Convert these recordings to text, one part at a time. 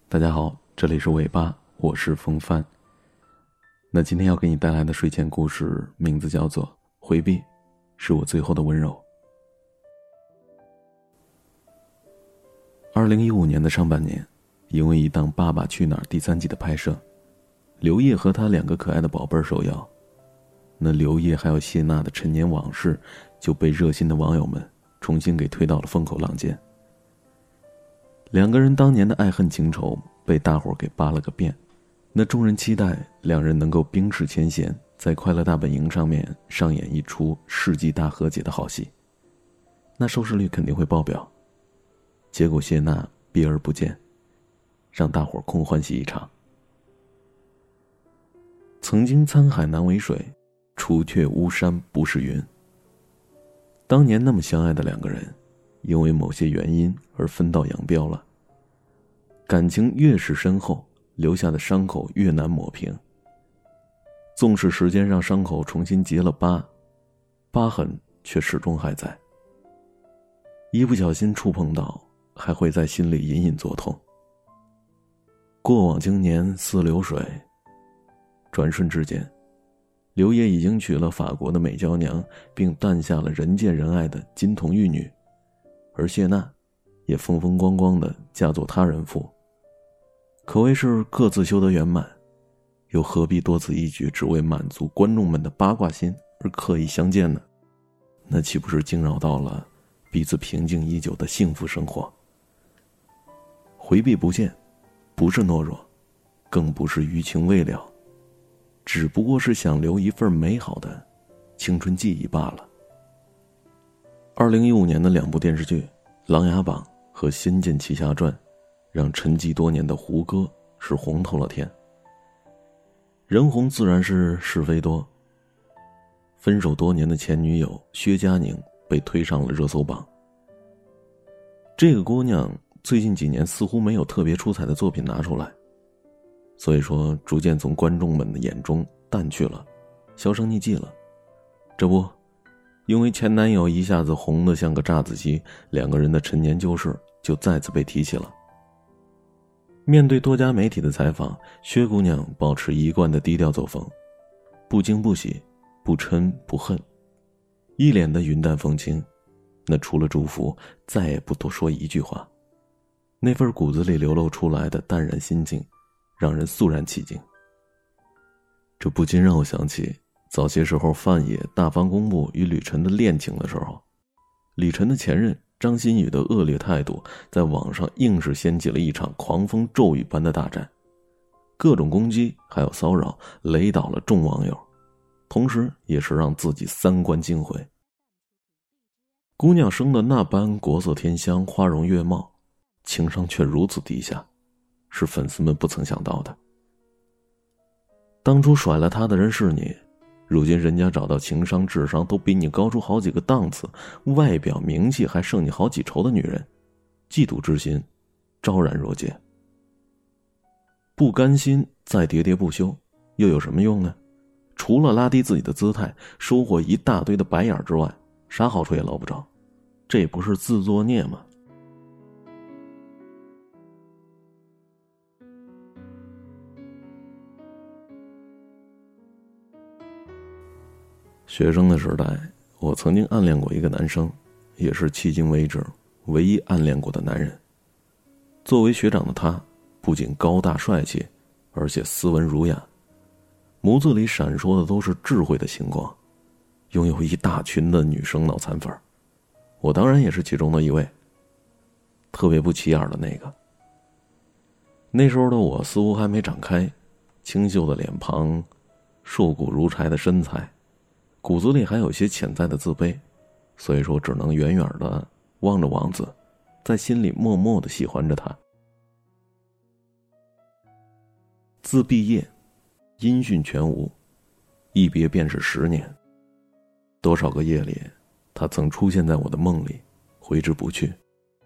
大家好，这里是尾巴，我是风帆。那今天要给你带来的睡前故事名字叫做回避是我最后的温柔。2015年的上半年，因为一档《爸爸去哪儿》第3季的拍摄，刘烨和他2个可爱的宝贝儿受邀。那刘烨还有谢娜的陈年往事就被热心的网友们重新给推到了风口浪尖。2个人当年的爱恨情仇被大伙儿给扒了个遍，那众人期待2人能够冰释前嫌，在快乐大本营上面上演一出世纪大和解的好戏，那收视率肯定会爆表。结果谢娜避而不见，让大伙儿空欢喜一场。曾经沧海难为水，除却巫山不是云。当年那么相爱的2个人，因为某些原因而分道扬镳了。感情越是深厚，留下的伤口越难抹平。纵使时间让伤口重新结了疤，疤痕却始终还在。一不小心触碰到，还会在心里隐隐作痛。过往经年似流水，转瞬之间，刘烨已经娶了法国的美娇娘，并诞下了人见人爱的金童玉女，而谢娜也风风光光地嫁作他人妇，可谓是各自修得圆满，又何必多此一举，只为满足观众们的八卦心而刻意相见呢？那岂不是惊扰到了彼此平静已久的幸福生活？回避不见，不是懦弱，更不是余情未了，只不过是想留一份美好的青春记忆罢了。2015年的2部电视剧《琅琊榜》和《仙剑奇侠传》，让沉寂多年的胡歌是红透了天。人红自然是是非多，分手多年的前女友薛佳凝被推上了热搜榜。这个姑娘最近几年似乎没有特别出彩的作品拿出来，所以说逐渐从观众们的眼中淡去了，销声匿迹了。这不，因为前男友一下子红得像个炸子鸡，2个人的陈年旧事就再次被提起了。面对多家媒体的采访，薛姑娘保持一贯的低调作风，不惊不喜，不嗔不恨，一脸的云淡风轻，那除了祝福再也不多说一句话。那份骨子里流露出来的淡然心境让人肃然起敬。这不禁让我想起早些时候范爷大方公布与吕晨的恋情的时候，李晨的前任张馨予的恶劣态度在网上硬是掀起了一场狂风骤雨般的大战，各种攻击还有骚扰雷倒了众网友，同时也是让自己3观尽毁。姑娘生的那般国色天香，花容月貌，情商却如此低下，是粉丝们不曾想到的。当初甩了她的人是你，如今人家找到情商智商都比你高出好几个档次，外表名气还胜你好几筹的女人，嫉妒之心昭然若揭。不甘心再喋喋不休又有什么用呢？除了拉低自己的姿态，收获一大堆的白眼之外，啥好处也捞不着，这不是自作孽吗？学生的时代，我曾经暗恋过一个男生，也是迄今为止唯一暗恋过的男人。作为学长的他，不仅高大帅气，而且斯文儒雅，眸子里闪烁的都是智慧的星光，拥有一大群的女生脑残粉，我当然也是其中的一位，特别不起眼的那个。那时候的我似乎还没长开，清秀的脸庞，瘦骨如柴的身材，骨子里还有些潜在的自卑，所以说只能远远的望着王子，在心里默默的喜欢着他。自毕业，音讯全无，一别便是10年。多少个夜里，他曾出现在我的梦里，挥之不去。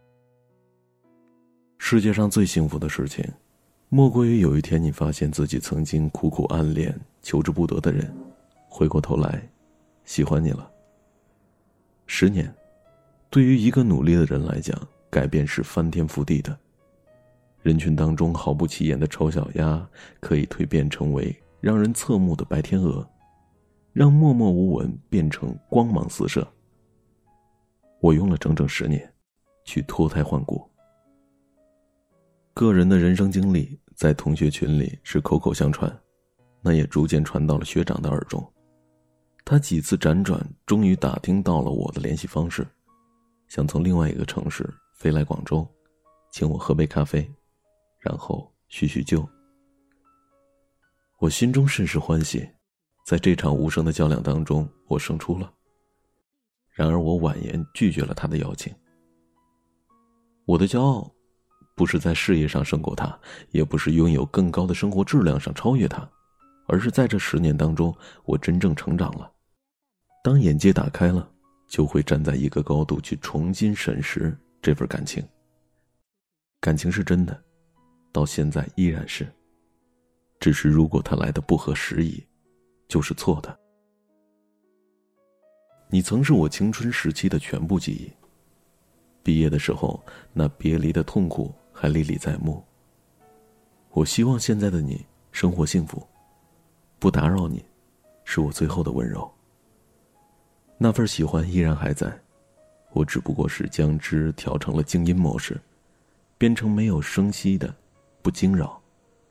世界上最幸福的事情，莫过于有一天你发现自己曾经苦苦暗恋、求之不得的人，回过头来喜欢你了。10年，对于一个努力的人来讲，改变是翻天覆地的。 人群当中毫不起眼的丑小鸭可以蜕变成为让人侧目的白天鹅，让默默无闻变成光芒四射。我用了整整10年去脱胎换骨。个人的人生经历在同学群里是口口相传，那也逐渐传到了学长的耳中。他几次辗转终于打听到了我的联系方式，想从另外一个城市飞来广州，请我喝杯咖啡，然后叙叙旧。我心中甚是欢喜，在这场无声的较量当中，我胜出了。然而我婉言拒绝了他的邀请。我的骄傲不是在事业上胜过他，也不是拥有更高的生活质量上超越他，而是在这10年当中，我真正成长了。当眼界打开了，就会站在一个高度去重新审视这份感情。感情是真的，到现在依然是，只是如果它来的不合时宜，就是错的。你曾是我青春时期的全部记忆，毕业的时候，那别离的痛苦还历历在目。我希望现在的你生活幸福，不打扰你，是我最后的温柔。那份喜欢依然还在，我只不过是将之调成了静音模式，变成没有声息的，不惊扰。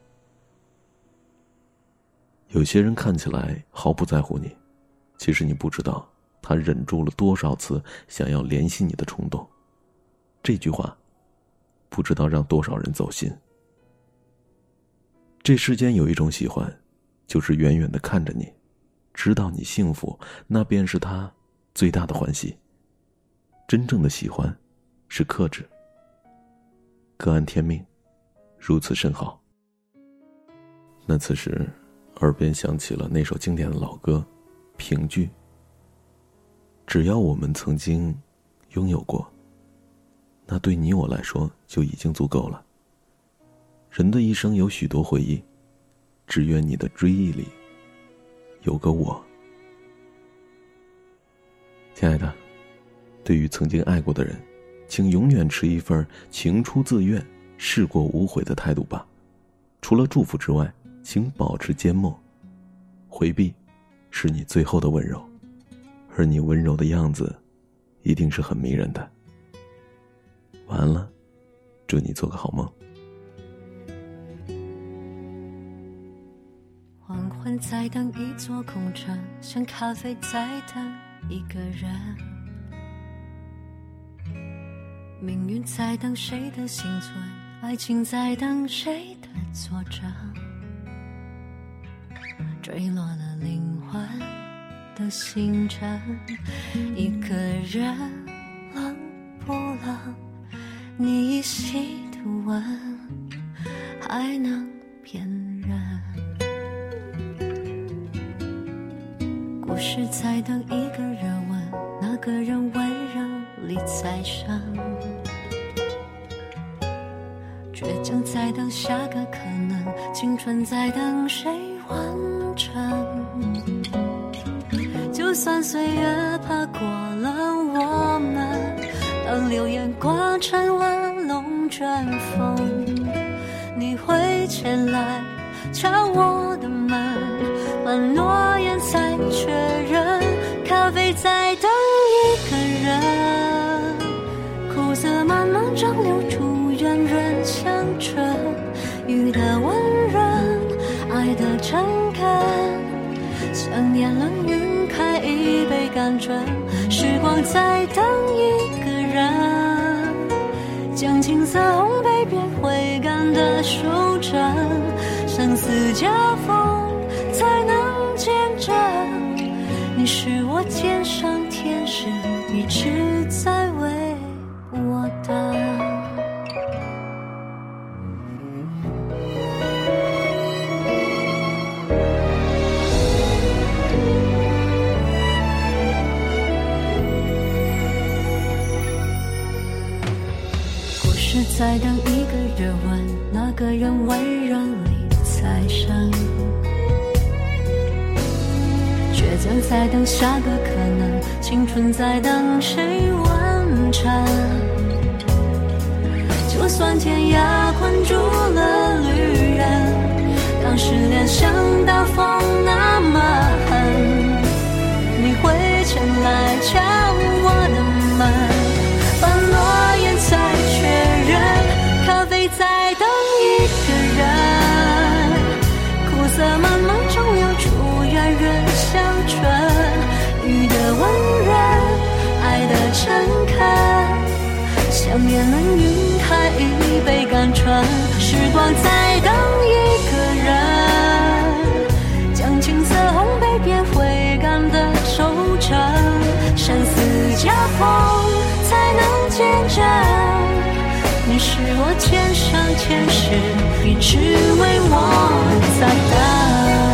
有些人看起来毫不在乎你，其实你不知道他忍住了多少次想要联系你的冲动。这句话不知道让多少人走心。这世间有一种喜欢，就是远远地看着你，知道你幸福，那便是他最大的欢喜。真正的喜欢是克制。各安天命，如此甚好。那此时耳边响起了那首经典的老歌《凭据》。只要我们曾经拥有过，那对你我来说就已经足够了。人的一生有许多回忆，只愿你的追忆里有个我。亲爱的，对于曾经爱过的人，请永远持一份情出自愿、事过无悔的态度吧。除了祝福之外，请保持缄默，回避是你最后的温柔，而你温柔的样子一定是很迷人的。晚安了，祝你做个好梦。 黄昏在等一座空城，像咖啡在等一个人，命运在等谁的幸存，爱情在等谁的作证，坠落了灵魂的星辰，一个人冷不冷，你依稀的吻还能辨认。故事在等一个热吻，那个人温柔里再生，倔强在等下个可能，青春在等谁完成。就算岁月爬过了我们，当流言刮成了龙卷风，你会前来敲我的门，把诺言再确认。咖啡在等一个人，苦涩慢慢蒸馏出圆润香醇，雨的温润，爱的诚恳，想念冷晕开一杯甘醇。时光在等一个人，将青涩烘焙变回甘的书证，生死交锋才能见证，你是我天上天使，一直在为我等。故事在等一个热吻，那个人温柔里再生，倔强在等下个可能，青春在等谁完成。就算天涯困住像大风那么狠，你会前来敲我的门，翻落叶才确认，咖啡在等一个人，苦涩慢慢中流出圆润香醇，雨的温润，爱的诚恳，想念能晕开一杯甘醇，时光在等一个人，将青涩烘焙变回甘的收成，生死交锋才能见证，你是我天上天使，一直为我在等。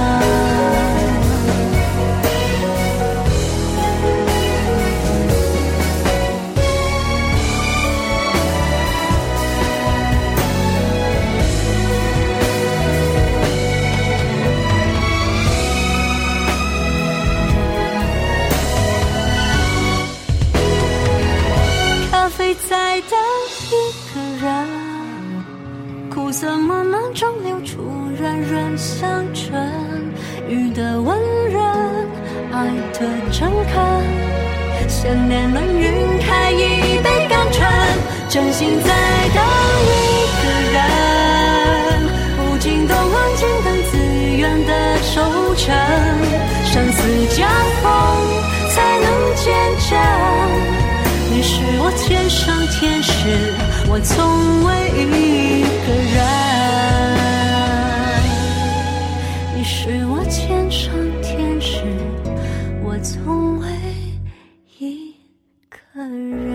在等一个人，苦涩慢慢中流出软软香醇，雨的温润，爱的诚恳，想念能晕开一杯甘醇，真心在等一个人，无尽冬安静等自愿的收成，生死交锋才能见证，你是我天上天使，我从未一个人，你是我天上天使，我从未一个人。